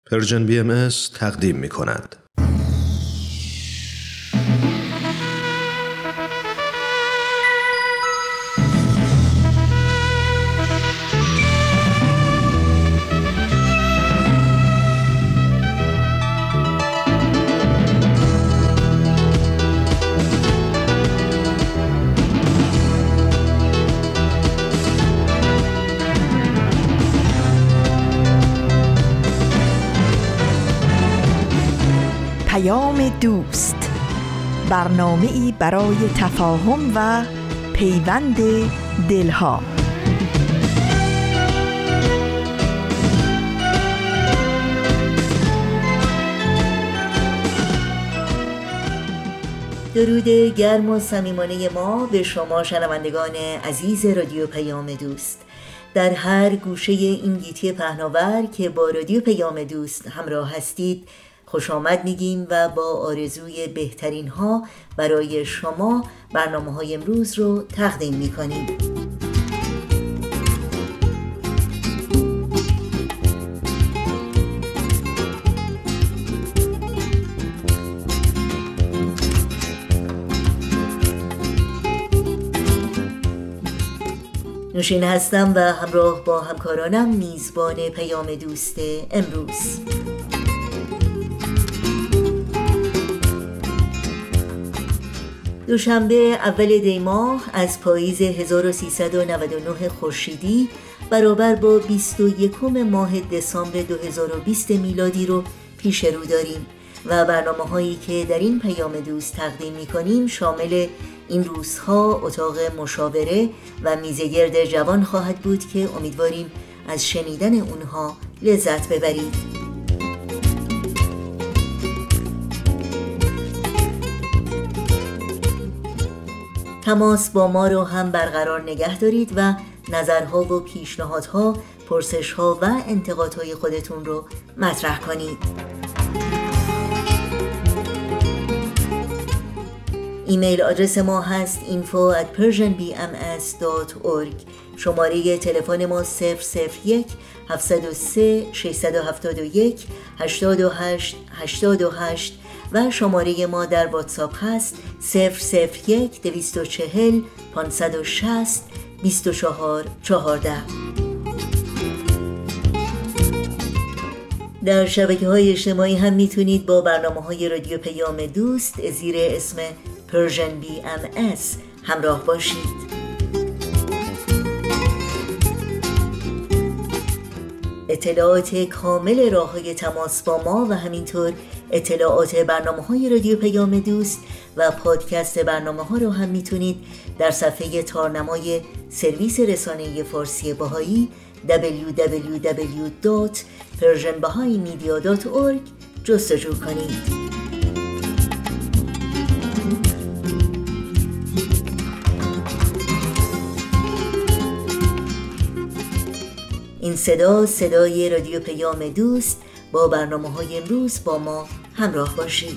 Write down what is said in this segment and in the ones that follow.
پرژن BMS تقدیم می کند. دوست، برنامه‌ای برای تفاهم و پیوند دلها. درود گرم و صمیمانه ما به شما شنوندگان عزیز رادیو پیام دوست در هر گوشه این گیتی پهناور که با رادیو پیام دوست همراه هستید. خوش آمد میگیم و با آرزوی بهترین ها برای شما برنامه‌های امروز رو تقدیم میکنیم. نوشین هستم و همراه با همکارانم میزبان پیام دوست امروز. دوشنبه اول دی ماه از پاییز 1399 خورشیدی برابر با 21 ماه دسامبر 2020 میلادی رو پیش رو داریم و برنامه‌هایی که در این پیام دوست تقدیم می‌کنیم شامل این روزها اتاق مشاوره و میزگرد جوان خواهد بود که امیدواریم از شنیدن اونها لذت ببرید. تماس با ما رو هم برقرار نگه دارید و نظرها و پیشنهادها، پرسشها و انتقادهای خودتون رو مطرح کنید. ایمیل آدرس ما هست info@persianbms.org. شماره تلفن ما 001 703 671 88 88 و شماره ما در واتساپ هست 001 240 560 24 14. در شبکه‌های اجتماعی هم میتونید با برنامه‌های رادیو پیام دوست زیر اسم پرژن BMS همراه باشید. اطلاعات کامل راه‌های تماس با ما و همینطور اطلاعات برنامه‌های رادیو پیام دوست و پادکست برنامه‌ها رو هم میتونید در صفحه تارنمای سرویس رسانه فارسی بهایی www.persianbahaimedia.org جستجو کنید. این صدای رادیو پیام دوست. با برنامه‌های امروز با ما همراه باشید.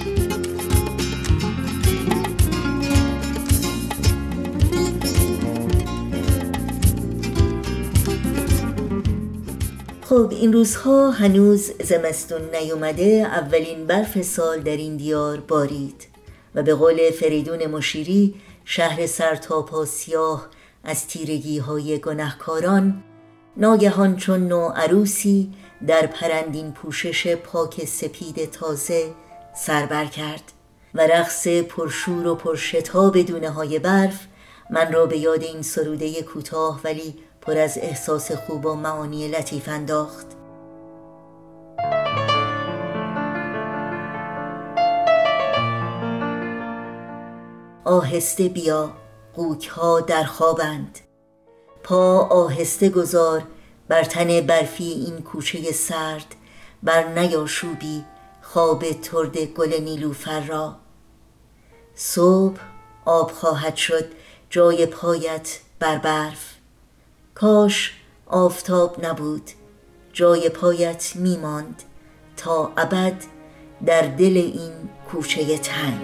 خب این روزها هنوز زمستون نیومده، اولین برف سال در این دیار بارید و به قول فریدون مشیری شهر سرتاپا سیاه از تیرگی‌های گنهکاران ناگهان چون نوعروسی در پرندین پوشش پاک سپید تازه سر بر کرد و رقص پرشور و پرشتاب دونه‌های برف من را به یاد این سروده کوتاه ولی پر از احساس خوب و معانی لطیف انداخت. آهسته بیا، قوک‌ها در خوابند، پا آهسته گذار بر تن برفی این کوچه سرد، بر نیاشوبی خواب ترد گل نیلوفر را. صبح آب خواهد شد جای پایت بر برف، کاش آفتاب نبود جای پایت میماند تا ابد در دل این کوچه تنگ.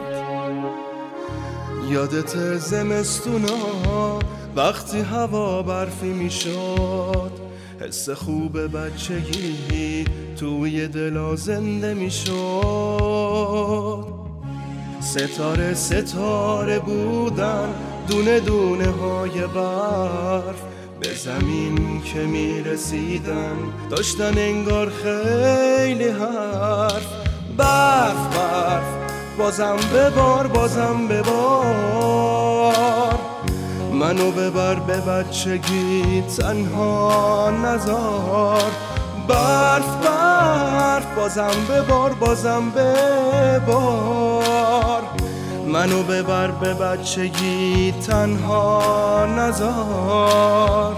یادت زمستونا وقتی هوا برفی میشد، حس خوب بچگی توی دلا زنده میشد. ستاره ستاره بودن دونه دونه های برف، به زمین که میرسیدن داشتن انگار خیلی حرف. برف برف بازم ببار بازم ببار، منو ببر به بچگی تنها نذار. برف برف بازم ببار بازم ببار، منو ببر به بچگی تنها نذار.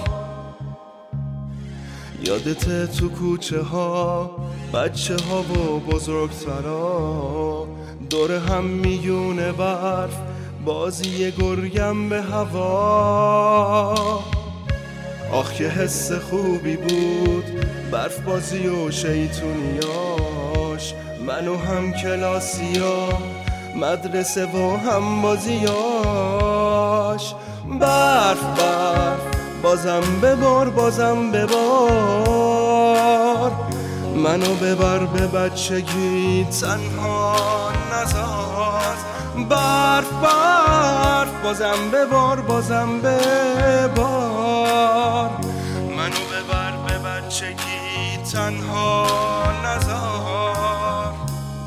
یادت تو کوچه ها بچه ها و بزرگترا دور هم میونه برف، بازی گرگم به هوا. آخ که حس خوبی بود برف بازی و شیطونیاش، من و هم کلاسیا مدرسه و هم بازیاش. برف برف بازم ببار بازم ببار، منو ببر به بچگی تنها نذار. برف برف بازم ببار بازم ببار، منو ببر به بچگی تنها نذار.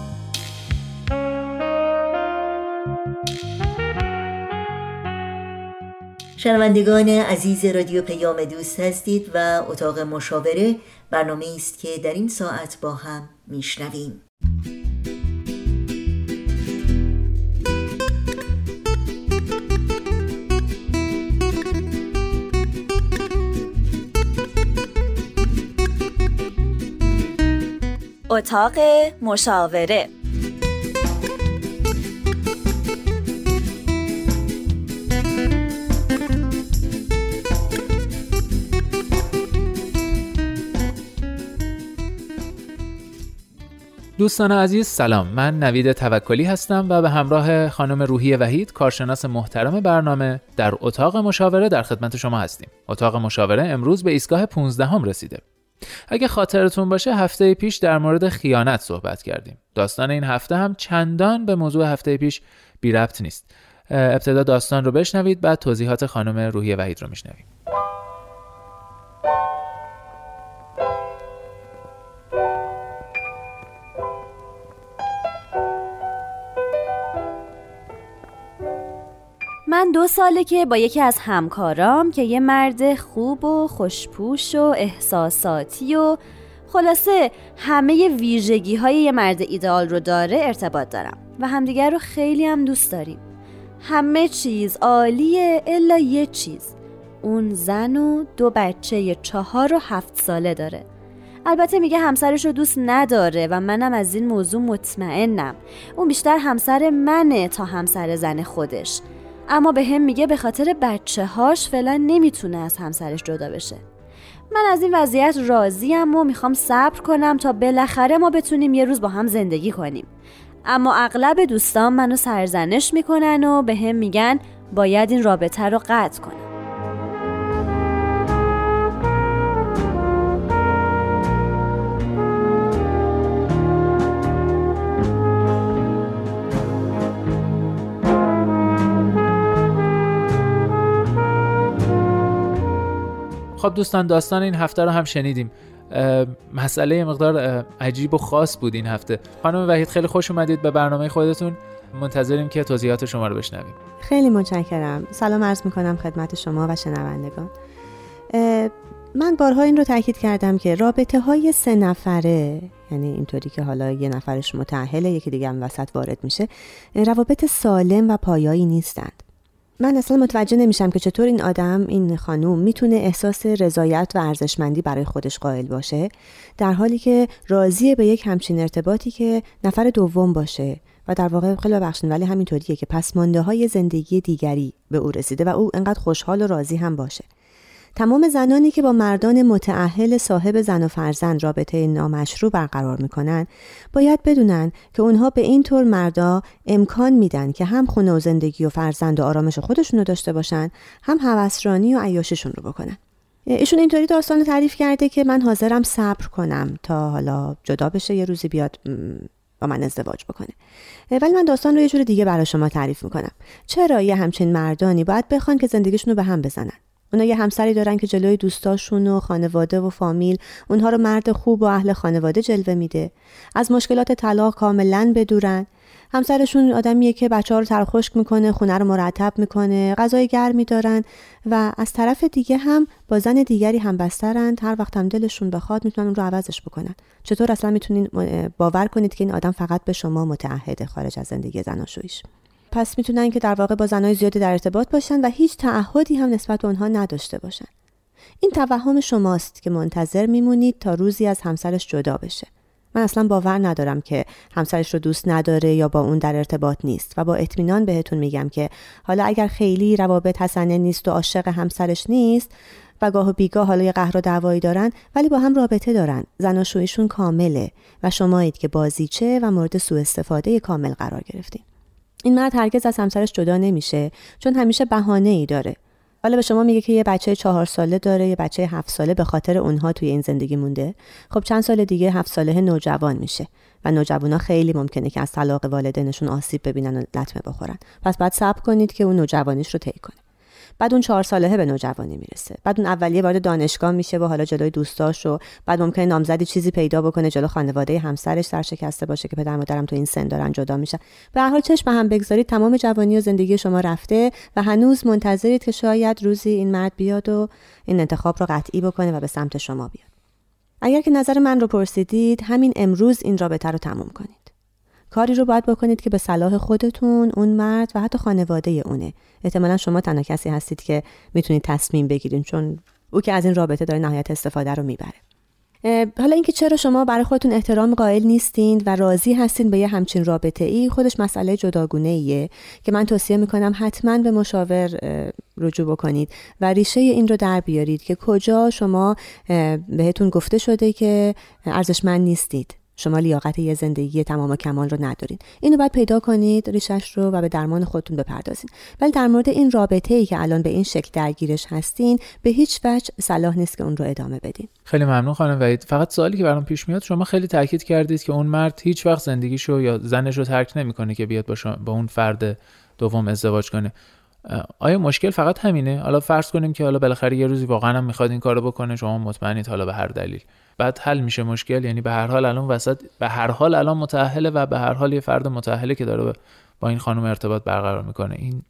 شنوندگان عزیز رادیو پیام دوست هستید و اتاق مشاوره برنامه‌ای است که در این ساعت با هم میشنویم. اتاق مشاوره. دوستان عزیز سلام، من نوید توکلی هستم و به همراه خانم روحی وحید کارشناس محترم برنامه در اتاق مشاوره در خدمت شما هستیم. اتاق مشاوره امروز به ایستگاه 15 رسیده. اگه خاطرتون باشه هفته پیش در مورد خیانت صحبت کردیم. داستان این هفته هم چندان به موضوع هفته پیش بی ربط نیست. ابتدا داستان رو بشنوید، بعد توضیحات خانم روحی وحید رو میشنویم. من 2 ساله که با یکی از همکارام که یه مرد خوب و خوشپوش و احساساتی و خلاصه همه ویژگی های یه مرد ایدئال رو داره ارتباط دارم و همدیگر رو خیلی هم دوست داریم. همه چیز عالیه الا یه چیز، اون زن و 2 بچه 4 و 7 ساله داره. البته میگه همسرش رو دوست نداره و منم از این موضوع مطمئنم. اون بیشتر همسر منه تا همسر زن خودش، اما به هم میگه به خاطر بچه هاش فعلا نمیتونه از همسرش جدا بشه. من از این وضعیت راضیم و میخوام صبر کنم تا بالاخره ما بتونیم یه روز با هم زندگی کنیم. اما اغلب دوستان منو سرزنش میکنن و به هم میگن باید این رابطه رو قطع کنم. خب دوستان داستان این هفته رو هم شنیدیم. مسئله مقدار عجیب و خاص بود این هفته. خانم وحید خیلی خوش اومدید به برنامه خودتون. منتظریم که توضیحات شما رو بشنویم. خیلی متشکرم. سلام عرض میکنم خدمت شما و شنوندگان. من بارها این رو تاکید کردم که رابطه های 3 نفره، یعنی اینطوری که حالا یه نفرش متأهله یکی دیگه هم وسط وارد میشه، روابط سالم و پایایی نیستند. من اصلا متوجه نمیشم که چطور این آدم، این خانوم میتونه احساس رضایت و ارزشمندی برای خودش قائل باشه در حالی که راضیه به یک همچین ارتباطی که نفر دوم باشه و در واقع خیلی ببخشید ولی همینطوریه که پسمانده های زندگی دیگری به او رسیده و او انقدر خوشحال و راضی هم باشه. تمام زنانی که با مردان متأهل صاحب زن و فرزند رابطه نامشروع برقرار میکنن باید بدونن که اونها به این طور مردا امکان میدن که هم خونه و زندگی و فرزند و آرامش خودشون رو داشته باشن، هم هوسرانی و عیاششون رو بکنن. ایشون اینطوری داستان رو تعریف کرده که من حاضرم صبر کنم تا حالا جدا بشه، یه روزی بیاد با من ازدواج بکنه. ولی من داستان رو یه جور دیگه برای شما تعریف میکنم. چرا یه همچین مردانی باید بخوان که زندگیشون رو به هم بزنن؟ اونا یه همسری دارن که جلوی دوستاشون و خانواده و فامیل اونها رو مرد خوب و اهل خانواده جلوه میده، از مشکلات طلاق کاملا بدورن. همسرشون آدمیه که بچه‌ها رو ترخشک میکنه، خونه رو مرتب میکنه، غذای گرمی دارن و از طرف دیگه هم با زن دیگری هم بسترن، هر وقت هم دلشون بخواد میتونن اون رو عوضش بکنن. چطور اصلا میتونین باور کنید که این آدم فقط به شما متعهده خارج از زندگی زناشوییش؟ پس میتونن که در واقع با زنای زیادی در ارتباط باشن و هیچ تعهدی هم نسبت به اونها نداشته باشن. این توهم شماست که منتظر میمونید تا روزی از همسرش جدا بشه. من اصلا باور ندارم که همسرش رو دوست نداره یا با اون در ارتباط نیست و با اطمینان بهتون میگم که حالا اگر خیلی روابط حسنه نیست و عاشق همسرش نیست و گاه و بیگاه حالا یه قهر و دعوایی دارن، ولی با هم رابطه دارن، زناشوییشون کامله و شمایید که بازیچه و مورد سوء استفاده کامل قرار گرفتین. این مرد هرگز از همسرش جدا نمیشه چون همیشه بهانه‌ای داره. حالا به شما میگه که یه بچه 4 ساله داره، یه بچه 7 ساله به خاطر اونها توی این زندگی مونده. خب چند سال دیگه 7 ساله نوجوان میشه و نوجوانا خیلی ممکنه که از طلاق والدینشون آسیب ببینن و لطمه بخورن. پس بعد صبر کنید که اون نوجوانیش رو طی کنه. بعد اون 4 ساله به نوجوانی میرسه. بعد اون اولیه وارد دانشگاه میشه و حالا جلوی دوستاش و بعد ممکنه نامزدی چیزی پیدا بکنه، جلو خانواده همسرش سرشکسته باشه که پدر مادرم تو این سن دارن جدا میشن. به هر حال چشم هم بگذارید تمام جوانی و زندگی شما رفته و هنوز منتظرید که شاید روزی این مرد بیاد و این انتخاب رو قطعی بکنه و به سمت شما بیاد. اگر که نظر من رو پرسیدید، همین امروز این رابطه رو تموم کنید. کاری رو باید بکنید که به صلاح خودتون، اون مرد و حتی خانواده اونه. احتمالاً شما تنها کسی هستید که میتونید تصمیم بگیرید، چون او که از این رابطه داره نهایت استفاده رو میبره. حالا اینکه چرا شما برای خودتون احترام قائل نیستین و راضی هستین به یه همچین رابطه ای، خودش مسئله جداگونه ایه که من توصیه میکنم حتما به مشاور رجوع بکنید و ریشه این رو در بیارید که کجا شما بهتون گفته شده که ارزشمند نیستید، شما لیاقت یه زندگی تمام و کمال رو ندارین. اینو باید پیدا کنید ریشش رو و به درمان خودتون بپردازین. ولی در مورد این رابطه‌ای که الان به این شکل درگیرش هستین، به هیچ وجه صلاح نیست که اون رو ادامه بدین. خیلی ممنون خانم وحید. فقط سوالی که برام پیش میاد، شما خیلی تاکید کردید که اون مرد هیچ وقت زندگیشو یا زنش رو ترک نمیکنه که بیاد با اون فرد دوم ازدواج کنه. آیا مشکل فقط همینه؟ حالا فرض کنیم که حالا بالاخره یه روزی واقعا هم میخواد این کارو بکنه، شما مطمئنید حالا به هر دلیل بعد حل میشه مشکل، یعنی به هر حال الان وسط به هر حال الان متأهله و به هر حال یه فرد متأهله که داره با این خانم ارتباط برقرار میکنه. این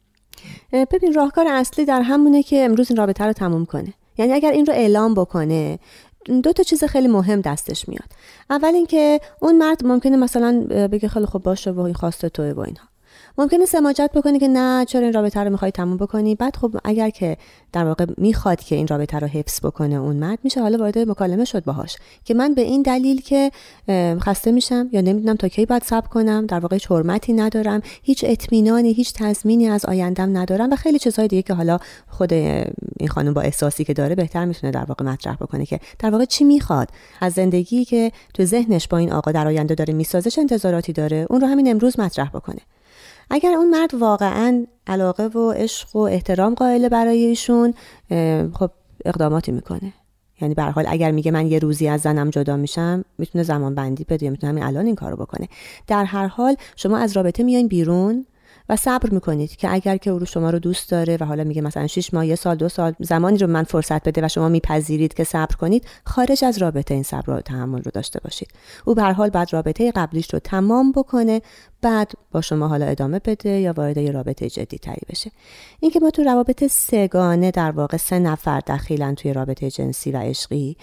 ببین راهکار اصلی در همونه که امروز این رابطه رو تموم کنه. یعنی اگر این رو اعلام بکنه، 2 چیز خیلی مهم دستش میاد. اول اینکه اون مرد ممکنه مثلا بگه خیلی خوب باشه و این خواسته توئه و اینها. ممکنه سماجت بکنی که نه چرا این رابطه رو میخوای تموم بکنی. بعد خب اگر که در واقع میخواد که این رابطه رو حفظ بکنه اون مرد، میشه حالا وارد مکالمه شد باهاش که من به این دلیل که خسته میشم یا نمیدونم تا کی باید صبر کنم، در واقع حرمتی ندارم، هیچ اطمینانی، هیچ تضمینی از آیندم ندارم و خیلی چیزهای دیگه که حالا خود این خانم با احساسی که داره بهتر میتونه در واقع مطرح بکنه که در واقع چی میخواد از زندگی که تو ذهنش با این آقا در آینده داره میسازه، چه انتظاراتی داره، اون رو همین امروز مطرح بکنه. اگر اون مرد واقعاً علاقه و عشق و احترام قائل برای ایشون، خب اقداماتی میکنه. یعنی به هر حال اگر میگه من یه روزی از زنم جدا میشم، میتونه زمان بندی بده یا میتونه همین الان این کارو بکنه. در هر حال شما از رابطه میاین بیرون و صبر میکنید که اگر که او شما رو دوست داره و حالا میگه مثلا 6 ماه، 1 سال، 2 سال زمانی رو من فرصت بده و شما میپذیرید که صبر کنید، خارج از رابطه این صبر و تحمل رو داشته باشید. او به هر حال بعد رابطه قبلیش رو تمام بکنه، بعد با شما حالا ادامه بده یا وارد یه رابطه جدی تری بشه. این که ما تو روابط سه‌گانه در واقع 3 نفر دخیلن توی رابطه جنسی و عشقی،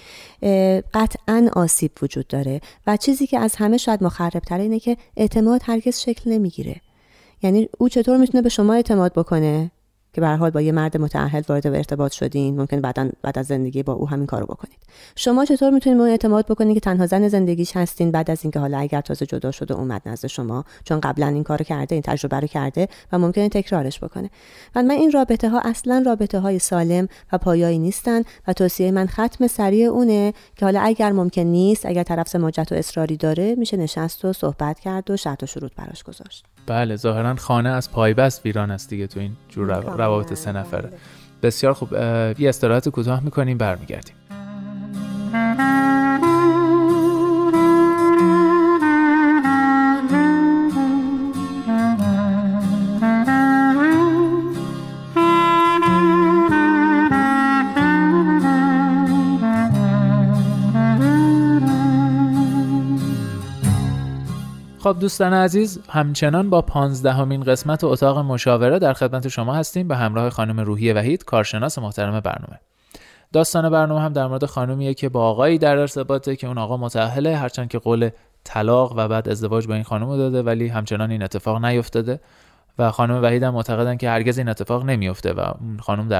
قطعاً آسیب وجود داره و چیزی که از همه شاید مخرب‌تره اینه که اعتماد هرگز شکل نمیگیره. یعنی او چطور میتونه به شما اعتماد بکنه که به هر حال با یه مرد متأهل وارد ارتباط شدین، ممکن بعد از زندگی با او همین کارو بکنید. شما چطور میتونید به اون اعتماد بکنید که تنها زن زندگیش هستین بعد از اینکه حالا اگر تازه جدا شده اومد نزد شما، چون قبلا این کارو کرده، این تجربه رو کرده و ممکنه تکرارش بکنه. من این رابطه ها اصلا رابطه های سالم و پایایی نیستن و توصیه من ختم سریع اونه که حالا اگر ممکن نیست، اگر طرف سماجت و اصراری داره، میشه نشست و صحبت کرد و شرط و شروط براش گذاشت. بله، ظاهرا خانه از پای بست ویران است دیگه تو این جور روابط 3 نفره. بسیار خوب، یه استراحت کوتاه میکنیم، برمیگردیم. خب دوستان عزیز، همچنان با 15مین قسمت اتاق مشاوره در خدمت شما هستیم به همراه خانم روحی وحید، کارشناس محترم برنامه. داستان برنامه هم در مورد خانومیه که با آقایی در ارتباطه که اون آقا متأهله، هرچند که قول طلاق و بعد ازدواج با این خانم داده ولی همچنان این اتفاق نیفتاده و خانم وحید هم معتقدن که هرگز این اتفاق نمیفته و اون خانم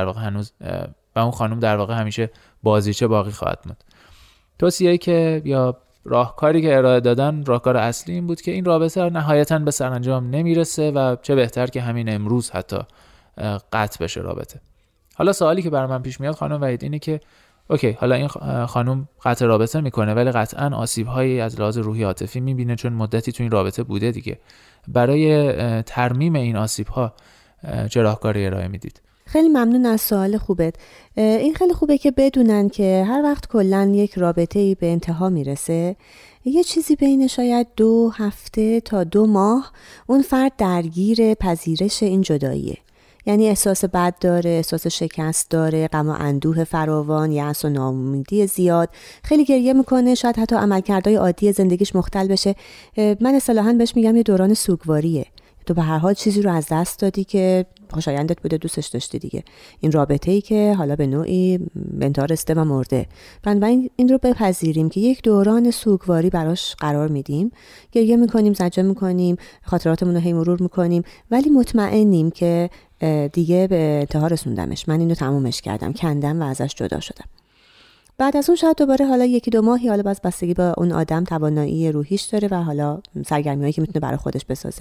در واقع همیشه بازیچه باقی خواهد موند. توصیه‌ای که یا راهکاری که ارائه دادن، راهکار اصلی این بود که این رابطه نهایتاً به سرانجام نمیرسه و چه بهتر که همین امروز حتی قطع بشه رابطه. حالا سوالی که برای من پیش میاد خانم وحید اینه که اوکی، حالا این خانم قطع رابطه میکنه ولی قطعاً آسیب‌هایی از لحاظ روحی عاطفی میبینه چون مدتی تو این رابطه بوده دیگه. برای ترمیم این آسیب‌ها چه راهکاری ارائه میدید؟ خیلی ممنون از سوال خوبت. این خیلی خوبه که بدونن که هر وقت کلن یک رابطه‌ای به انتها میرسه، یه چیزی بین شاید 2 هفته تا 2 ماه اون فرد درگیر پذیرش این جداییه. یعنی احساس بد داره، احساس شکست داره، غم و اندوه فراوان، یأس و ناامیدی زیاد، خیلی گریه میکنه، شاید حتی عملکردهای عادی زندگیش مختل بشه. من اصطلاحاً بهش میگم یه دوران سوگواریه. تو به هر حال چیزی رو از دست دادی که خوشایندت بوده، دوستش داشتی دیگه. این رابطه‌ای که حالا به نوعی به انتها رسیده و مرده. بنابراین این رو بپذیریم که یک دوران سوگواری براش قرار میدیم. گریه میکنیم، زجر میکنیم، خاطراتمون رو هی مرور میکنیم، ولی مطمئنیم که دیگه به انتها رسوندمش. من اینو تمومش کردم، کندم و ازش جدا شدم. بعد از اون شاید دوباره حالا 1-2 ماهی، حالا باز بستگی به اون آدم توانایی روحیش داره و حالا سرگرمی‌هایی که میتونه برای خودش بسازه،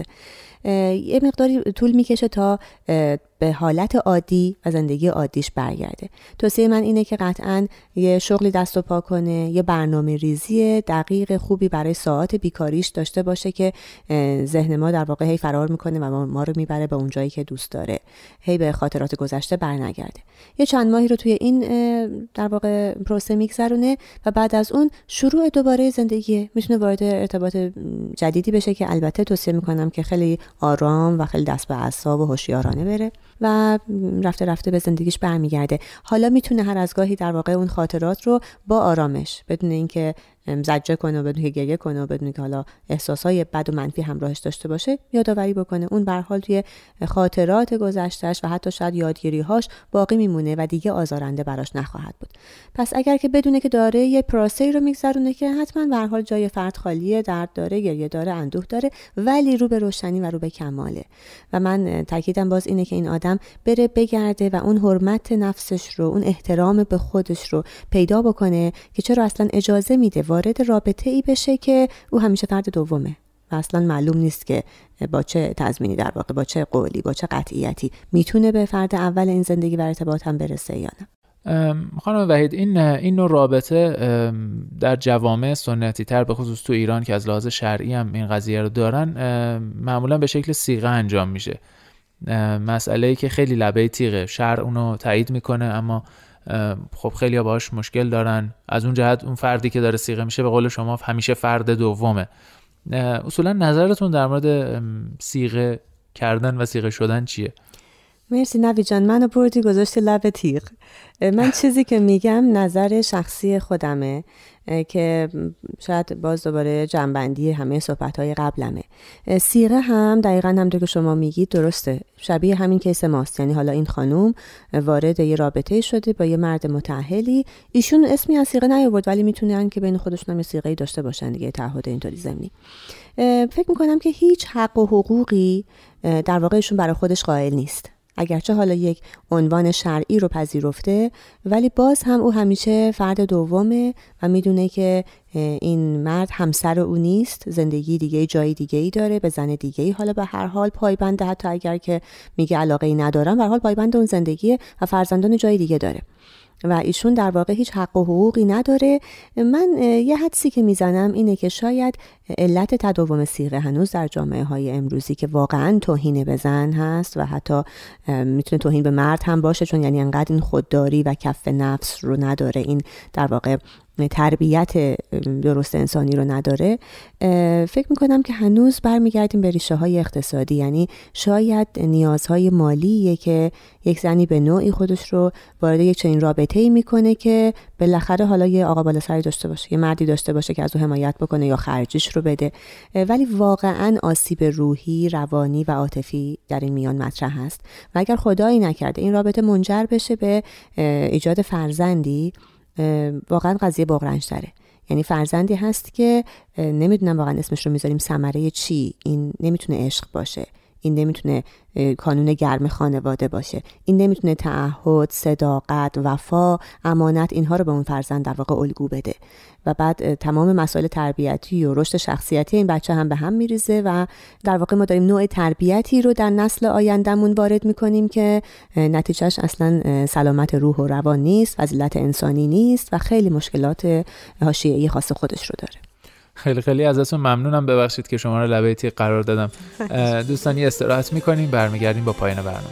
یه مقداری طول میکشه تا به حالت عادی و زندگی عادیش برگرده. توصیه من اینه که قطعاً یه شغلی دست و پا کنه، یه برنامه ریزی دقیق خوبی برای ساعات بیکاریش داشته باشه که ذهن ما در واقع هی فرار میکنه و ما رو میبره به اون جایی که دوست داره، هی به خاطرات گذشته برنگرده. یه چند ماهی رو توی این در واقع پروسه میگذرونه و بعد از اون شروع دوباره زندگی، میتونه وارد ارتباط جدیدی بشه که البته توصیه میکنم که خیلی آرام و خیلی دست به اعصاب و هوشیارانه بره و رفته رفته به زندگیش برمیگرده. حالا میتونه هر از گاهی در واقع اون خاطرات رو با آرامش، بدون اینکه زجر کنه و بدون که گریه کنه و بدون که حالا احساسای بد و منفی همراهش داشته باشه، یادآوری بکنه. اون به هر حال توی خاطرات گذشته‌اش و حتی شاید یادگیری‌هاش باقی میمونه و دیگه آزارنده براش نخواهد بود. پس اگر که بدونه که داره یه پروسه‌ای رو میگذرونه که حتما به هر حال جای فرد خالیه، درد داره، گریه داره، اندوه داره، ولی رو به روشنی و رو به کماله. و من تاکیدم باز اینه که این آدم بره بگرده و اون حرمت نفسش رو، اون احترام به خودش رو پیدا بکنه که چرا اصلا اجازه میده وارد رابطه ای بشه که او همیشه فرد دومه و اصلا معلوم نیست که با چه تضمینی، در واقع با چه قولی، با چه قطعیتی میتونه به فرد اول این زندگی و ارتباط هم برسه یا نه. خانم وحید، این نوع رابطه در جوامع سنتی تر، به خصوص تو ایران که از لحاظ شرعی هم این قضیه رو دارن، معمولا به شکل صیغه انجام میشه. مسئله‌ای که خیلی لبه تیغه، شرع اونو تایید میکنه اما خب خیلی‌ها باهاش مشکل دارن. از اون جهت اون فردی که داره صیغه میشه به قول شما همیشه فرد دومه. اصولا نظرتون در مورد صیغه کردن و صیغه شدن چیه؟ مرسی نوی جان، منو بردی گذاشتی لب تیغ. من چیزی که میگم نظر شخصی خودمه که شاید باز دوباره جنبندی همه صحبت‌های قبلمه. صیغه هم دقیقاً همونطور که شما میگید درسته، شبیه همین کیس ماست. یعنی حالا این خانوم وارد یه رابطه شده با یه مرد متأهلی، ایشون اسمی از صیغه نیاورد ولی میتونن که بین خودشون هم یه صیغه‌ای داشته باشن دیگه، تعهد اینطوری ضمنی. فکر میکنم که هیچ حق و حقوقی در واقع ایشون برای خودش قائل نیست. اگرچه حالا یک عنوان شرعی رو پذیرفته، ولی باز هم او همیشه فرد دومه و میدونه که این مرد همسر او نیست، زندگی دیگه، جای دیگه ای داره، به زن دیگه ای حالا به هر حال پایبنده، حتی اگر که میگه علاقه ای ندارم، به هر حال پایبند اون زندگی و فرزندان جای دیگه داره. و ایشون در واقع هیچ حق و حقوقی نداره. من یه حدسی که میزنم اینه که شاید علت تداوم صیغه هنوز در جامعه های امروزی که واقعا توهین به زن هست و حتی میتونه توهین به مرد هم باشه، چون یعنی انقدر این خودداری و کف نفس رو نداره، این در واقع تربیت درست انسانی رو نداره. فکر میکنم که هنوز برمیگردیم به ریشه های اقتصادی، یعنی شاید نیازهای مالیه که یک زنی به نوعی خودش رو وارد یک چنین رابطه‌ای میکنه که بالاخره حالا یه آقا بالا سری داشته باشه، یه مردی داشته باشه که از او حمایت بکنه یا خرجش رو بده، ولی واقعا آسیب روحی، روانی و عاطفی در این میان مطرح هست و اگر خدایی نکرده این رابطه منجر بشه به ایجاد فرزندی، واقعا قضیه بغرنج داره. یعنی فرزندی هست که نمیدونم واقعا اسمش رو میذاریم ثمره چی، این نمیتونه عشق باشه، این نمیتونه کانون گرم خانواده باشه، این نمیتونه تعهد، صداقت، وفا، امانت اینها رو به اون فرزند در واقع الگو بده و بعد تمام مسائل تربیتی و رشد شخصیتی این بچه هم به هم میریزه و در واقع ما داریم نوع تربیتی رو در نسل آیندهمون وارد میکنیم که نتیجهش اصلا سلامت روح و روان نیست، فضیلت انسانی نیست و خیلی مشکلات حاشیه‌ای خاص خودش رو داره. خیلی ازتون ممنونم، ببخشید که شما رو لبه تیغ قرار دادم. دوستان یه استراحت میکنیم، برمیگردیم با پایان برنامه.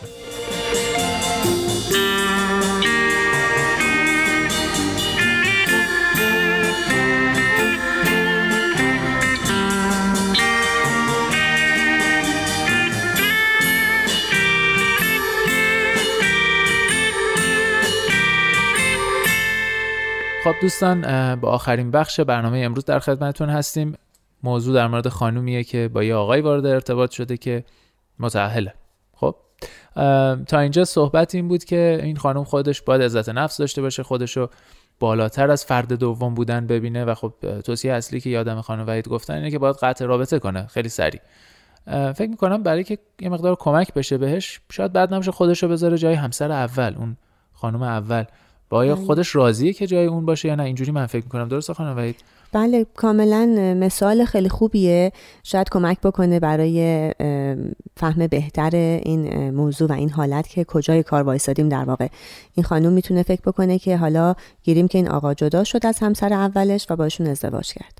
خب دوستان، با آخرین بخش برنامه امروز در خدمتتون هستیم. موضوع در مورد خانومیه که با یه آقای وارد ارتباط شده که متأهله. خب تا اینجا صحبت این بود که این خانم خودش باید عزت نفس داشته باشه، خودشو بالاتر از فرد دوم بودن ببینه و خب توصیه اصلی که یادم خانم وحید گفتن اینه که باید قطع رابطه کنه خیلی سریع. فکر میکنم برای که یه مقدار کمک بشه بهش، شاید بعد نمیشه خودشو بذاره جای همسر اول، اون خانم اول. باید خودش راضیه که جای اون باشه یا نه؟ اینجوری من فکر میکنم. درسته خانم وحید؟ بله کاملا مثال خیلی خوبیه، شاید کمک بکنه برای فهم بهتر این موضوع و این حالت که کجای کار وایسادیم. در واقع این خانم میتونه فکر بکنه که حالا گیریم که این آقا جدا شد از همسر اولش و باشون ازدواج کرد،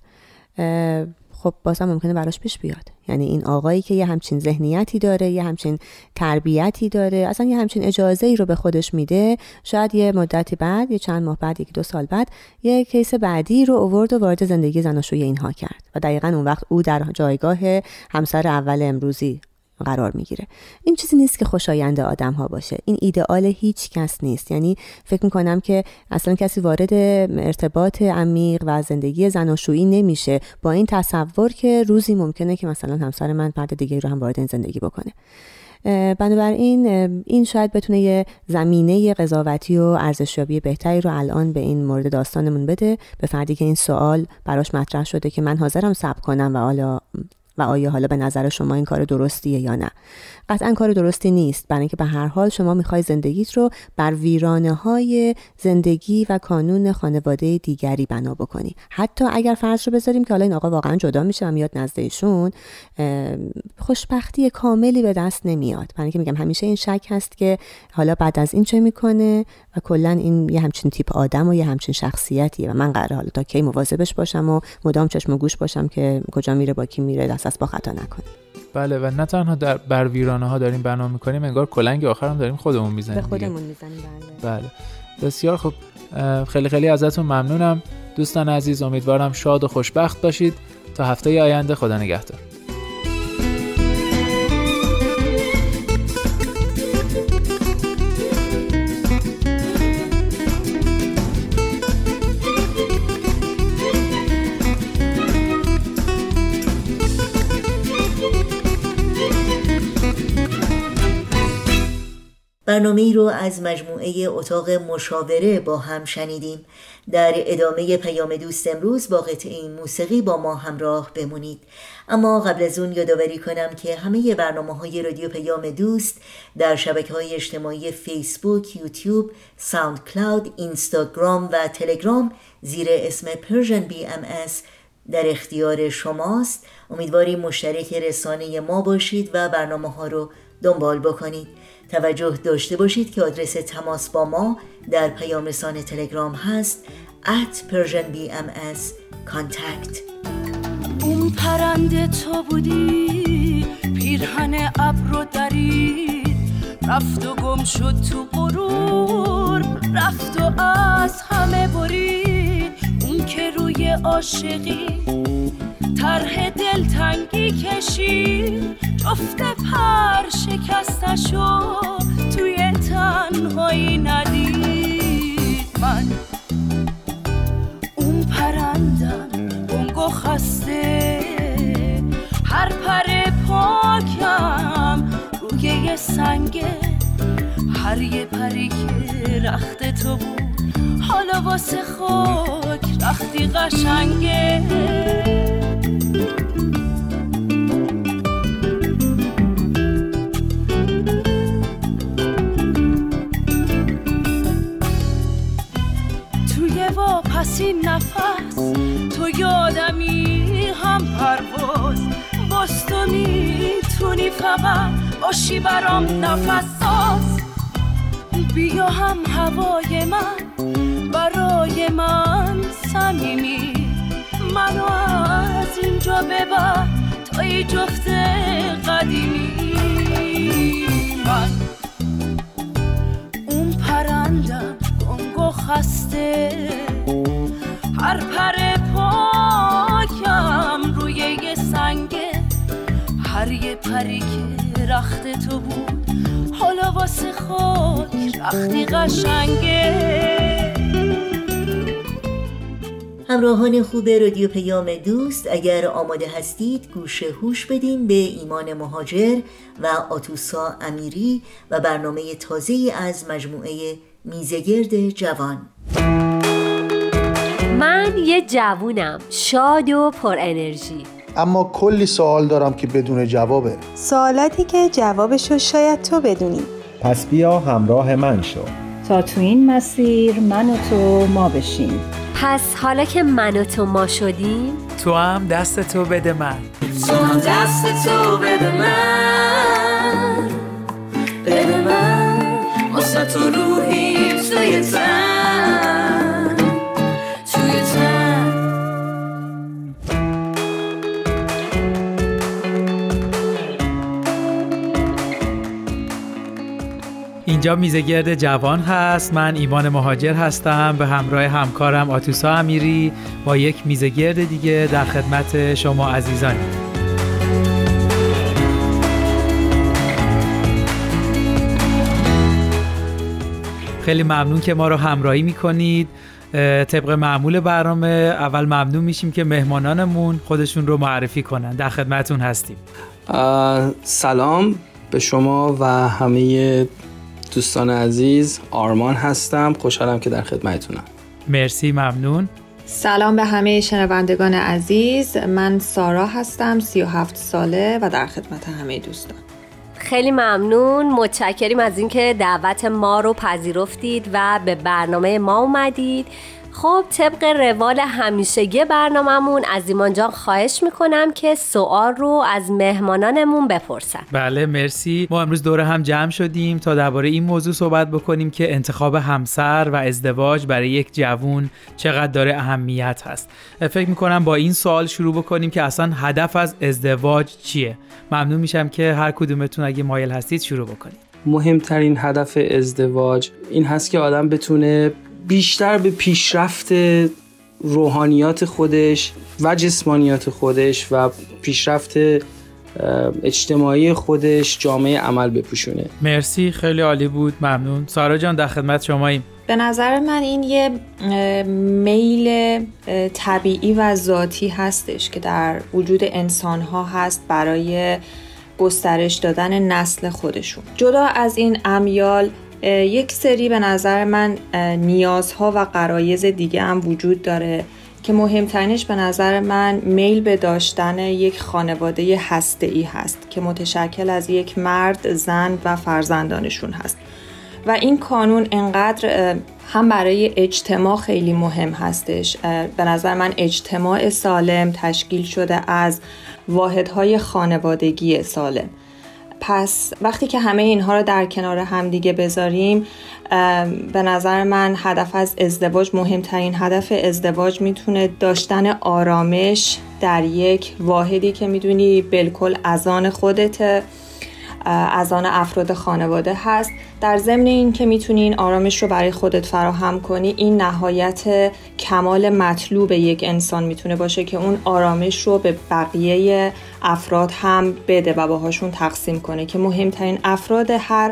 خب بازم ممکنه براش پیش بیاد. یعنی این آقایی که یه همچین ذهنیتی داره، یه همچین تربیتی داره، اصلا یه همچین اجازه‌ای رو به خودش میده، شاید یه مدتی بعد، یه چند ماه بعد، 1-2 سال بعد یه کیس بعدی رو آورد و وارد زندگی زناشویی اینها کرد و دقیقاً اون وقت او در جایگاه همسر اول امروزی قرار میگیره. این چیزی نیست که خوشایند آدم ها باشه، این ایدئال هیچ کس نیست. یعنی فکر میکنم که اصلا کسی وارد ارتباط عمیق و زندگی زناشویی نمیشه با این تصور که روزی ممکنه که مثلا همسر من فرد دیگه رو هم وارد این زندگی بکنه. بنابراین این شاید بتونه یه زمینه قضاوتی و ارزشیابی بهتری رو الان به این مورد داستانمون بده، به فردی که این سوال براش مطرح شده که من حاضرم صبر کنم و آیا حالا به نظر شما این کار درستیه یا نه. قطعا کار درستی نیست، برای اینکه به هر حال شما میخوای زندگیت رو بر ویرانه‌های زندگی و کانون خانواده دیگری بنا بکنی. حتی اگر فرض رو بذاریم که حالا این آقا واقعا جدا میشه و میاد نزد ایشون، خوشبختی کاملی به دست نمیاد، برای اینکه میگم همیشه این شک هست که حالا بعد از این چه میکنه و کلا این یه همچین تیپ آدم و یه همچین شخصیتیه و من قراره حالا تا کی مواظبش باشم و مدام چشم و گوش باشم که کجا میره، با کی میره، دست از پا خطا نکنه. بله، و نه تنها بر ویرانه ها داریم بنا میکنیم، انگار کلنگ آخر هم داریم خودمون میزنیم. به خودمون میزنیم. بله. بسیار خوب، خیلی ازتون ممنونم دوستان عزیز. امیدوارم شاد و خوشبخت باشید. تا هفته آینده، خدا نگهدار. برنامه‌ای رو از مجموعه اتاق مشاوره با هم شنیدیم. در ادامه پیام دوست امروز با قطعه موسیقی با ما همراه بمونید. اما قبل از اون یادآوری کنم که همه برنامه‌های رادیو پیام دوست در شبکه‌های اجتماعی فیسبوک، یوتیوب، ساوند کلاود، اینستاگرام و تلگرام زیر اسم Persian BMS در اختیار شماست. امیدواریم مشترک رسانه ما باشید و برنامه ها رو دنبال بکنید. توجه داشته باشید که آدرس تماس با ما در پیام رسان تلگرام هست @PersianBMS contact. اون پرنده تو بودی، پیرهن ابر رو درید، رفت و گم شد تو غرور، رفت و از همه برید. اون که روی عاشقی طرح دلتنگی کشید، جفت پر شکستشو توی تنهایی ندید. من اون پرندم گنگ و خسته، هر پر پاکم روی یه سنگه، هر یه پری که رخت تو بود حالا واسه خاک رختی قشنگه. توی واپسین نفس تو یادمی هم پرواز، باز تو میتونی فقط باشی برام نفس ساز. بیا هم هوای من برای من صمیمی، منو از اینجا ببر تا ای جفت قدیمی. من اون پرندم گنگ و خسته، هر پر پاکم روی یه سنگه، هر یه پری که رخت تو بود حالا واسه خاک رختی قشنگه. همراهان خوب رادیو پیام دوست، اگر آماده هستید گوش هوش بدین به ایمان مهاجر و آتوسا امیری و برنامه تازه‌ای از مجموعه میزگرد جوان. من یه جوونم شاد و پر انرژی، اما کلی سوال دارم که بدون جوابه. سوالاتی که جوابشو شاید تو بدونی. پس بیا همراه من شو تا تو این مسیر من و تو ما بشیم. پس حالا که من و تو ما شدیم، تو هم دست تو بده من، تو هم دست تو بده من، بده من واسه تو روحی توی تن، توی تن. اینجا میزگرد جوان هست. من ایمان مهاجر هستم به همراه همکارم آتوسا امیری با یک میزگرد دیگه در خدمت شما عزیزانی. خیلی ممنون که ما رو همراهی میکنید. طبق معمول برنامه اول ممنون میشیم که مهمانانمون خودشون رو معرفی کنن. در خدمتون هستیم. سلام به شما و همه دوستان عزیز. آرمان هستم، خوشحالم که در خدمتتونم. مرسی، ممنون. سلام به همه شنوندگان عزیز، من سارا هستم، 37 ساله و در خدمت همه دوستان. خیلی ممنون، متشکریم از اینکه دعوت ما رو پذیرفتید و به برنامه ما اومدید. خب طبق روال همیشگی برنامه‌مون از ایمان جان خواهش میکنم که سوال رو از مهمانانمون بپرسن. بله مرسی. ما امروز دوره هم جمع شدیم تا درباره این موضوع صحبت بکنیم که انتخاب همسر و ازدواج برای یک جوون چقدر داره اهمیت هست. فکر میکنم با این سوال شروع بکنیم که اصلا هدف از ازدواج چیه؟ ممنون میشم که هر کدومتون اگه مایل هستید شروع بکنید. مهمترین هدف ازدواج این هست که آدم بتونه بیشتر به پیشرفت روحانیات خودش و جسمانیات خودش و پیشرفت اجتماعی خودش جامعه عمل بپوشونه. مرسی، خیلی عالی بود، ممنون. سارا جان در خدمت شماییم. به نظر من این یه میل طبیعی و ذاتی هستش که در وجود انسان‌ها هست برای گسترش دادن نسل خودشون. جدا از این امیال یک سری به نظر من نیازها و غرایز دیگه هم وجود داره که مهمترینش به نظر من میل به داشتن یک خانواده هسته‌ای هست که متشکل از یک مرد، زن و فرزندانشون هست و این قانون انقدر هم برای اجتماع خیلی مهم هستش. به نظر من اجتماع سالم تشکیل شده از واحدهای خانوادگی سالم. پس وقتی که همه اینها رو در کنار هم دیگه بذاریم، به نظر من هدف از ازدواج، مهمترین هدف ازدواج میتونه داشتن آرامش در یک واحدی که میدونی بالکل از آن خودته، از آن افراد خانواده هست. در ضمن این که میتونی این آرامش رو برای خودت فراهم کنی، این نهایت کمال مطلوب یک انسان میتونه باشه که اون آرامش رو به بقیه افراد هم بده و باهاشون تقسیم کنه، که مهمترین افراد هر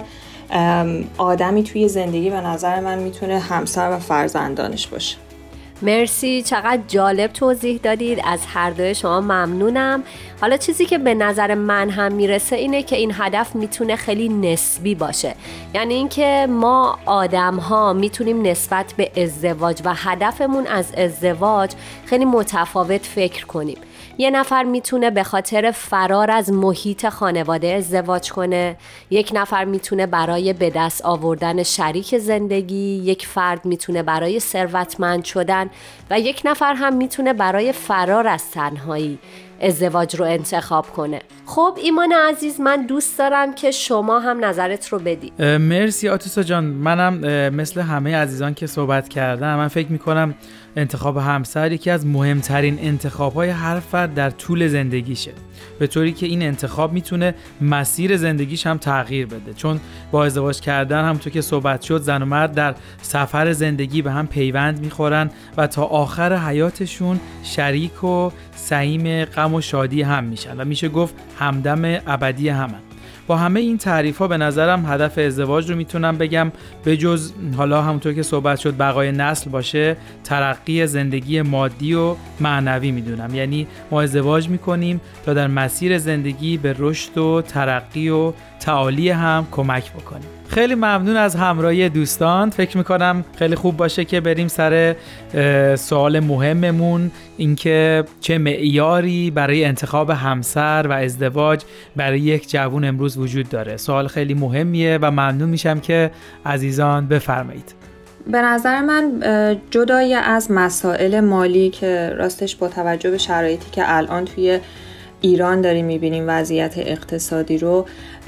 آدمی توی زندگی به نظر من میتونه همسر و فرزندانش باشه. مرسی، چقدر جالب توضیح دادید. از هر دوی شما ممنونم. حالا چیزی که به نظر من هم میرسه اینه که این هدف میتونه خیلی نسبی باشه، یعنی اینکه ما آدم ها میتونیم نسبت به ازدواج و هدفمون از ازدواج خیلی متفاوت فکر کنیم. یه نفر میتونه به خاطر فرار از محیط خانواده ازدواج کنه، یک نفر میتونه برای به دست آوردن شریک زندگی، یک فرد میتونه برای ثروتمند شدن و یک نفر هم میتونه برای فرار از تنهایی ازدواج رو انتخاب کنه. خب ایمان عزیز، من دوست دارم که شما هم نظرت رو بدی. مرسی آتوسا جان. منم مثل همه عزیزان که صحبت کردم، من فکر میکنم انتخاب همسر یکی از مهمترین انتخاب‌های هر فرد در طول زندگیشه، به طوری که این انتخاب میتونه مسیر زندگیش هم تغییر بده، چون با ازدواج کردن همونطور که صحبت شد زن و مرد در سفر زندگی به هم پیوند میخورن و تا آخر حیاتشون شریک و سهیم غم و شادی هم میشن و میشه گفت همدم ابدی همن. با همه این تعریف‌ها به نظرم هدف ازدواج رو میتونم بگم به جز حالا همونطور که صحبت شد بقای نسل باشه، ترقی زندگی مادی و معنوی میدونم. یعنی ما ازدواج میکنیم تا در مسیر زندگی به رشد و ترقی و تعالی هم کمک بکنیم. خیلی ممنون از همراهی دوستان. فکر میکنم خیلی خوب باشه که بریم سر سوال مهممون، اینکه چه معیاری برای انتخاب همسر و ازدواج برای یک جوان امروز وجود داره. سوال خیلی مهمیه و ممنون میشم که عزیزان بفرمایید. به نظر من جدای از مسائل مالی که راستش با توجه به شرایطی که الان توی ایران داریم میبینیم، وضعیت اقتصادی رو،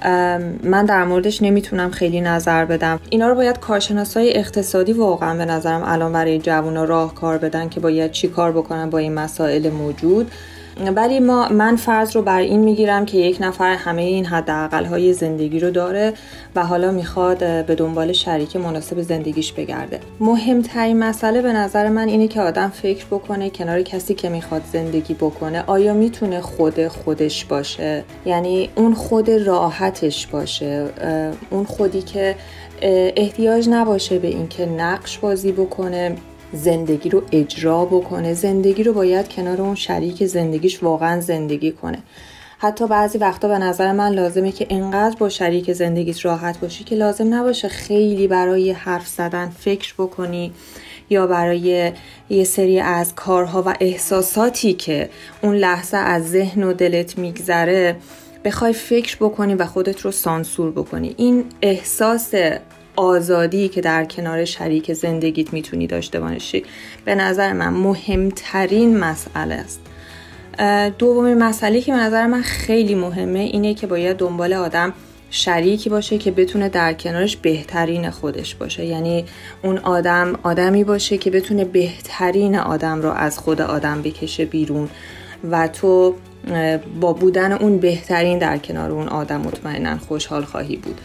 من در موردش نمیتونم خیلی نظر بدم. اینا رو باید کارشناسای اقتصادی واقعا به نظرم الان برای جوونا راهکار بدن که باید چی کار بکنن با این مسائل موجود. ولی من فرض رو بر این میگیرم که یک نفر همه این حداقل‌های زندگی رو داره و حالا میخواد به دنبال شریک مناسب زندگیش بگرده. مهمترین مسئله به نظر من اینه که آدم فکر بکنه کنار کسی که میخواد زندگی بکنه آیا میتونه خودش باشه، یعنی اون خود راحتش باشه، اون خودی که احتیاج نباشه به این که نقش بازی بکنه، زندگی رو اجرا بکنه. زندگی رو باید کنار اون شریک زندگیش واقعا زندگی کنه. حتی بعضی وقتا به نظر من لازمه که انقدر با شریک زندگیت راحت باشی که لازم نباشه خیلی برای حرف زدن فکر بکنی یا برای یه سری از کارها و احساساتی که اون لحظه از ذهن و دلت میگذره بخوای فکر بکنی و خودت رو سانسور بکنی. این احساس آزادی که در کنار شریک زندگیت میتونی داشته باشی به نظر من مهمترین مسئله است. دومین مسئله که به نظر من خیلی مهمه اینه که باید دنبال آدم شریکی باشه که بتونه در کنارش بهترین خودش باشه، یعنی اون آدمی باشه که بتونه بهترین آدم رو از خود آدم بکشه بیرون و تو با بودن اون بهترین در کنار اون آدم مطمئناً خوشحال خواهی بود.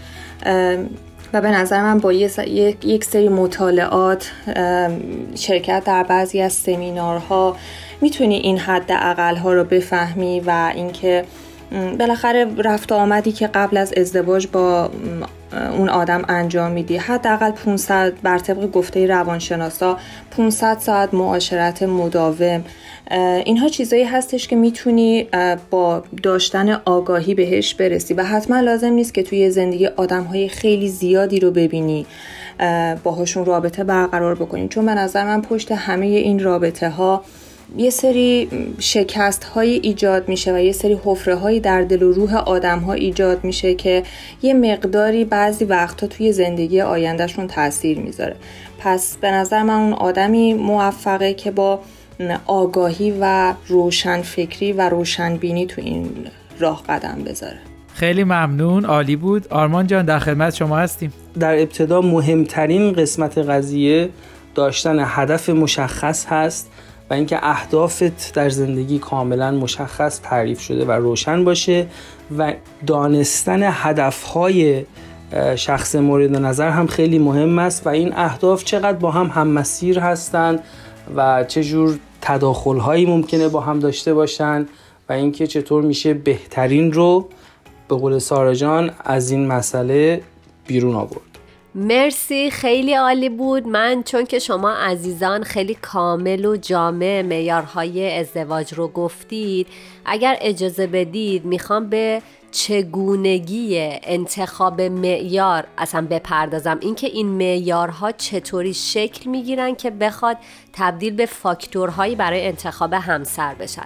و به نظر من با یک سری مطالعات، شرکت در بعضی از سمینارها میتونی این حد اقل‌ها رو بفهمی و اینکه بالاخره رفت آمدی که قبل از ازدواج با اون آدم انجام میدی حداقل 500 بر طبق گفته روانشناسا 500 ساعت معاشرت مداوم، اینها چیزایی هستش که میتونی با داشتن آگاهی بهش برسی و حتما لازم نیست که توی زندگی آدم‌های خیلی زیادی رو ببینی باهاشون رابطه برقرار بکنی، چون به نظر من پشت همه این رابطه ها یه سری شکست های ایجاد میشه و یه سری حفره هایی در دل و روح آدم ها ایجاد میشه که یه مقداری بعضی وقتا توی زندگی آیندهشون تاثیر میذاره. پس به نظر من اون آدمی موفقه که با آگاهی و روشن فکری و روشن بینی تو این راه قدم بذاره. خیلی ممنون، عالی بود. آرمان جان در خدمت شما هستیم. در ابتدا مهمترین قسمت قضیه داشتن هدف مشخص هست و اینکه اهدافت در زندگی کاملا مشخص تعریف شده و روشن باشه و دانستن هدفهای شخص مورد نظر هم خیلی مهم است و این اهداف چقدر با هم مسیر هستن و چه جور تداخل‌هایی ممکنه با هم داشته باشن و اینکه چطور میشه بهترین رو به قول سارا جان از این مسئله بیرون آورد. مرسی، خیلی عالی بود. من چون که شما عزیزان خیلی کامل و جامع معیارهای ازدواج رو گفتید، اگر اجازه بدید میخوام به چگونگی انتخاب معیار اصلا بپردازم، اینکه این معیارها چطوری شکل میگیرن که بخواد تبدیل به فاکتورهایی برای انتخاب همسر بشن.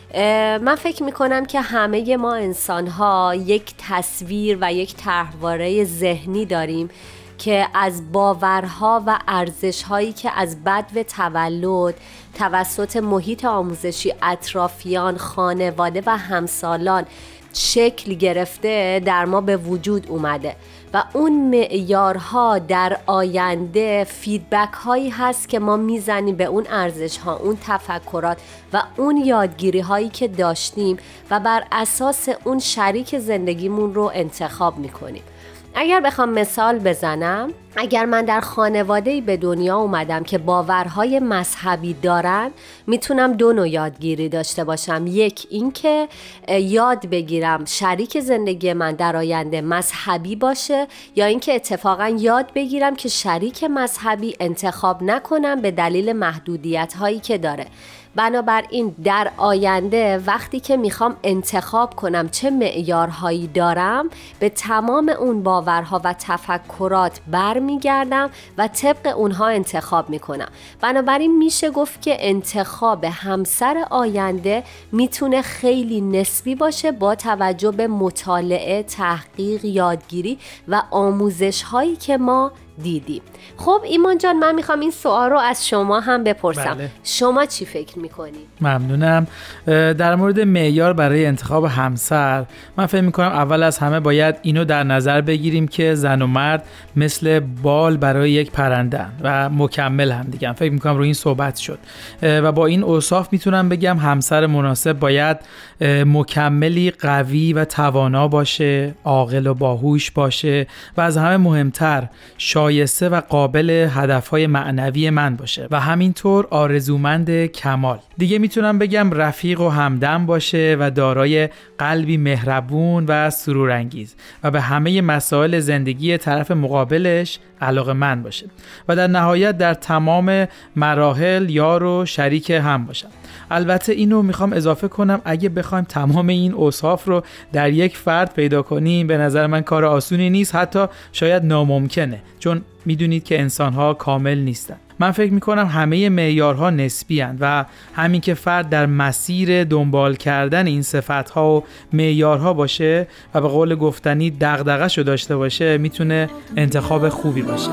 من فکر میکنم که همه ما انسان‌ها یک تصویر و یک طرحواره ذهنی داریم که از باورها و ارزش‌هایی که از بدو تولد توسط محیط آموزشی، اطرافیان، خانواده و همسالان شکل گرفته در ما به وجود اومده و اون معیارها در آینده فیدبک هایی هست که ما میزنیم به اون ارزش ها، اون تفکرات و اون یادگیری هایی که داشتیم و بر اساس اون شریک زندگیمون رو انتخاب میکنیم. اگر بخوام مثال بزنم، اگر من در خانواده‌ای به دنیا اومدم که باورهای مذهبی دارن، میتونم دو نوع یادگیری داشته باشم. یک، این که یاد بگیرم شریک زندگی من در آینده مذهبی باشه، یا اینکه اتفاقا یاد بگیرم که شریک مذهبی انتخاب نکنم به دلیل محدودیت‌هایی که داره. بنابراین در آینده وقتی که میخوام انتخاب کنم چه معیارهایی دارم، به تمام اون باورها و تفکرات برمیگردم و طبق اونها انتخاب میکنم. بنابراین میشه گفت که انتخاب همسر آینده میتونه خیلی نسبی باشه با توجه به مطالعه، تحقیق، یادگیری و آموزش هایی که ما دیدیم. خب ایمان جان، من میخوام این سوال رو از شما هم بپرسم. بله. شما چی فکر میکنی؟ ممنونم. در مورد معیار برای انتخاب همسر، من فکر میکنم اول از همه باید اینو در نظر بگیریم که زن و مرد مثل بال برای یک پرنده‌اند و مکمل هم دیگه. فکر میکنم روی این صحبت شد و با این اوصاف میتونم بگم همسر مناسب باید مکملی قوی و توانا باشه، عاقل و باهوش باشه و از همه مهمتر شایسته و قابل هدفهای معنوی من باشه و همینطور آرزومند کمال. دیگه میتونم بگم رفیق و همدم باشه و دارای قلبی مهربون و سرورانگیز و به همه مسائل زندگی طرف مقابلش علاقه‌مند باشه و در نهایت در تمام مراحل یار و شریک هم باشم. البته اینو میخوام اضافه کنم، اگه بخوایم تمام این اوصاف رو در یک فرد پیدا کنیم، به نظر من کار آسونی نیست، حتی شاید ناممکنه، چون میدونید که انسان‌ها کامل نیستن. من فکر میکنم همه معیارها نسبی هستند و همین که فرد در مسیر دنبال کردن این صفت‌ها و معیارها باشه و به قول گفتنی دغدغه‌شو داشته باشه، میتونه انتخاب خوبی باشه.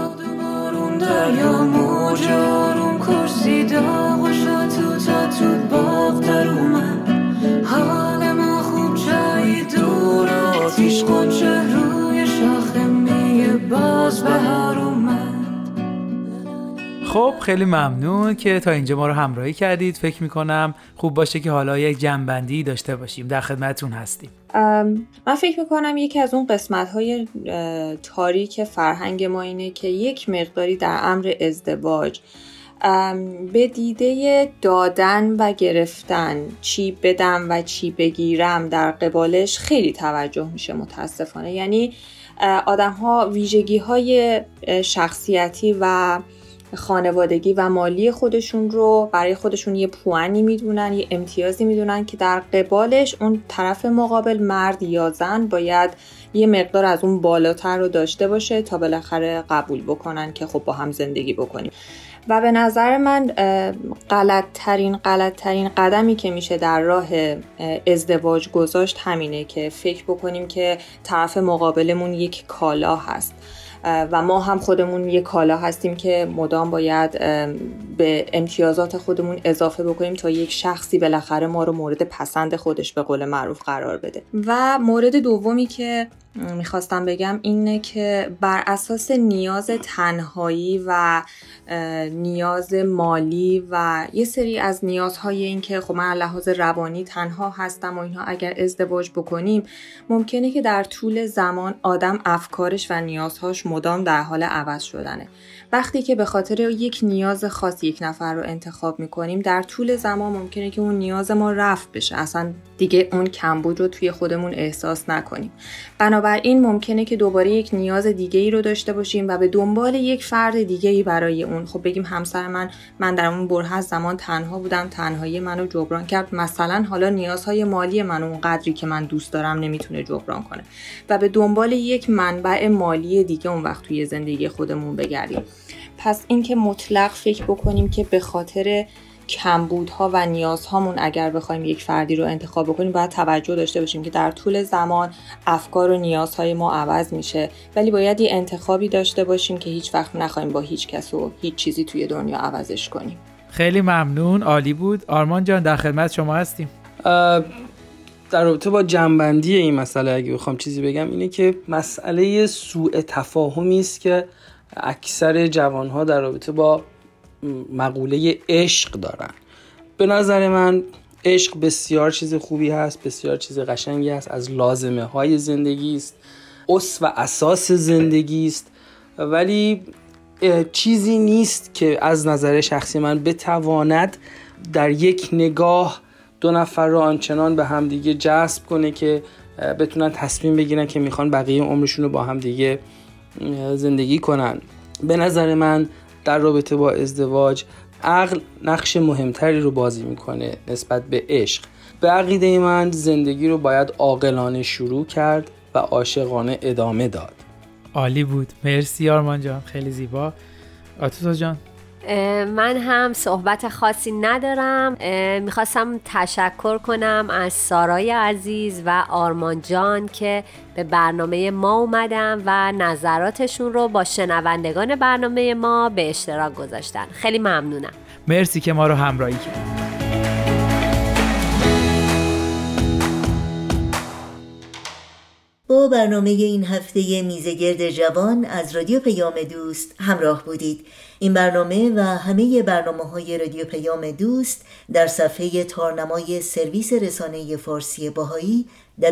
خب خیلی ممنون که تا اینجا ما رو همراهی کردید. فکر میکنم خوب باشه که حالا یک جنبندی داشته باشیم. در خدمتتون هستیم. من فکر میکنم یکی از اون قسمت‌های تاریک فرهنگ ما اینه که یک مقداری در امر ازدواج به دیده دادن و گرفتن، چی بدم و چی بگیرم در قبالش خیلی توجه میشه متاسفانه. یعنی آدم‌ها ویژگی‌های شخصیتی و خانوادگی و مالی خودشون رو برای خودشون یه پوانی میدونن، یه امتیازی میدونن که در قبالش اون طرف مقابل مرد یا زن باید یه مقدار از اون بالاتر رو داشته باشه تا بالاخره قبول بکنن که خب با هم زندگی بکنیم. و به نظر من غلط‌ترین قدمی که میشه در راه ازدواج گذاشت همینه که فکر بکنیم که طرف مقابلمون یک کالا هست و ما هم خودمون یک کالا هستیم که مدام باید به امتیازات خودمون اضافه بکنیم تا یک شخصی بالاخره ما رو مورد پسند خودش به قول معروف قرار بده. و مورد دومی که میخواستم بگم اینه که بر اساس نیاز تنهایی و نیاز مالی و یه سری از نیازهای این که خب من لحاظ روانی تنها هستم و اینها اگر ازدواج بکنیم ممکنه که در طول زمان آدم افکارش و نیازهاش مدام در حال عوض شدنه. وقتی که به خاطر یک نیاز خاص یک نفر رو انتخاب میکنیم در طول زمان ممکنه که اون نیاز ما رفع بشه، اصلا دیگه اون کمبود رو توی خودمون احساس نکنیم. بنابراین ممکنه که دوباره یک نیاز دیگه ای رو داشته باشیم و به دنبال یک فرد دیگه ای برای اون. خب بگیم همسر من در اون بره از زمان تنها بودم، تنهایی منو جبران کرد، مثلا حالا نیازهای مالی من اون قدری که من دوست دارم نمیتونه جبران کنه و به دنبال یک منبع مالی دیگه اون وقت توی زندگی خودمون بگردیم. پس این که مطلق فکر بکنیم که به خاطر کمبودها و نیازهامون اگر بخوایم یک فردی رو انتخاب بکنیم باید توجه داشته باشیم که در طول زمان افکار و نیازهای ما عوض میشه، ولی باید یه انتخابی داشته باشیم که هیچ وقت نخوایم با هیچ کس و هیچ چیزی توی دنیا عوضش کنیم. خیلی ممنون، عالی بود. آرمان جان در خدمت شما هستیم. در رابطه با جنبندی این مسئله اگه بخوام چیزی بگم اینه که مسئله سوء تفاهمی است که اکثر جوانها در رابطه با مقوله عشق دارن. به نظر من عشق بسیار چیز خوبی هست، بسیار چیز قشنگی هست، از لازمه های زندگی است، اس و اساس زندگی است، ولی چیزی نیست که از نظر شخصی من بتواند در یک نگاه دو نفر رو آنچنان به هم دیگه جذب کنه که بتونن تصمیم بگیرن که میخوان بقیه عمرشون رو با هم دیگه زندگی کنن. به نظر من در رابطه با ازدواج عقل نقش مهمتری رو بازی میکنه نسبت به عشق. به عقیده من زندگی رو باید عاقلانه شروع کرد و عاشقانه ادامه داد. عالی بود، مرسی آرمان جان، خیلی زیبا. آتوسا جان؟ من هم صحبت خاصی ندارم. میخواستم تشکر کنم از سارای عزیز و آرمان جان که به برنامه ما اومدن و نظراتشون رو با شنوندگان برنامه ما به اشتراک گذاشتن. خیلی ممنونم. مرسی که ما رو همراهی کردید. با برنامه این هفته میزگرد جوان از رادیو پیام دوست همراه بودید. این برنامه و همه برنامه‌های رادیو پیام دوست در صفحه تارنمای سرویس رسانه فارسی بهایی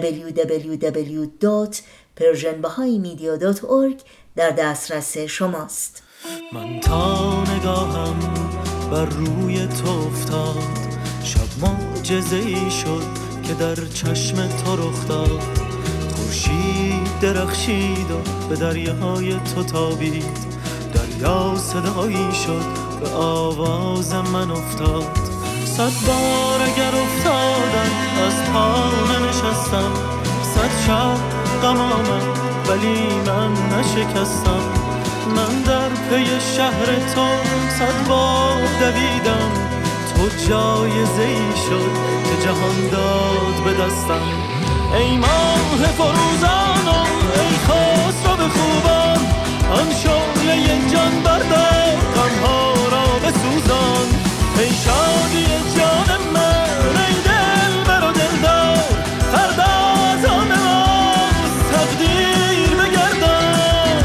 www.persianbahaimedia.org در دسترس شماست. من تا نگاهم بر روی تو افتاد، شب معجزه‌ای شد که در چشم تو رخ داد. خورشید درخشید و به دریاهای تو تابید، دریا صدایی شد به آواز من افتاد. 100 بار اگر افتادم از پا ننشستم، 100 شب غم آمد ولی من نشکستم. من در پی شهر تو 100 بار دویدم، تو جایزه‌ای شد که جهان داد به دستم. ای ماه فروزانم، ای خسرو به خوبان، آن شعله جان بردار غمها را بسوزان. ای شادی جان من، ای دل بر و دلدار، فردا از آن ما تقدیر بگردان.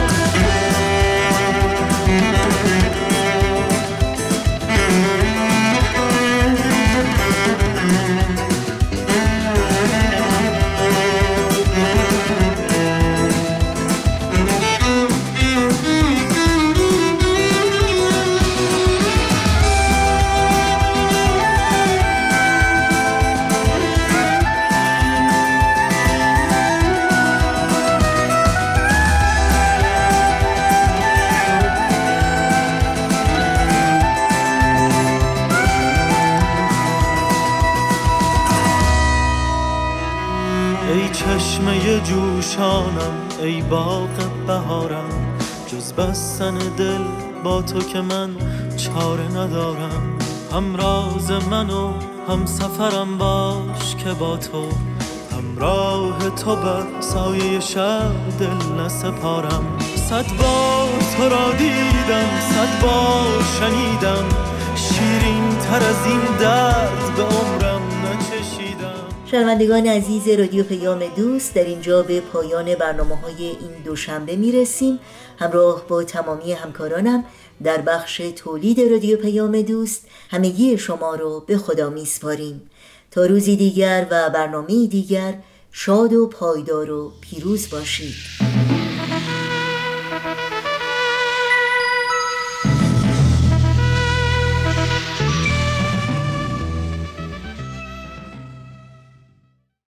چشمه جوشانم، ای باغ بهارم، جز بستن دل با تو که من چاره ندارم. همراز من و هم سفرم باش که با تو همراه تو بر سایه شب دل نسپارم. 100 بار تو را دیدم، 100 بار شنیدم، شیرین تر از این درد به عمرم نچشیدم. شنوندگان عزیز رادیو پیام دوست، در اینجا به پایان برنامه‌های این دوشنبه میرسیم. همراه با تمامی همکارانم در بخش تولید رادیو پیام دوست همگی شما رو به خدا میسپاریم. تا روزی دیگر و برنامه‌ای دیگر شاد و پایدار و پیروز باشید.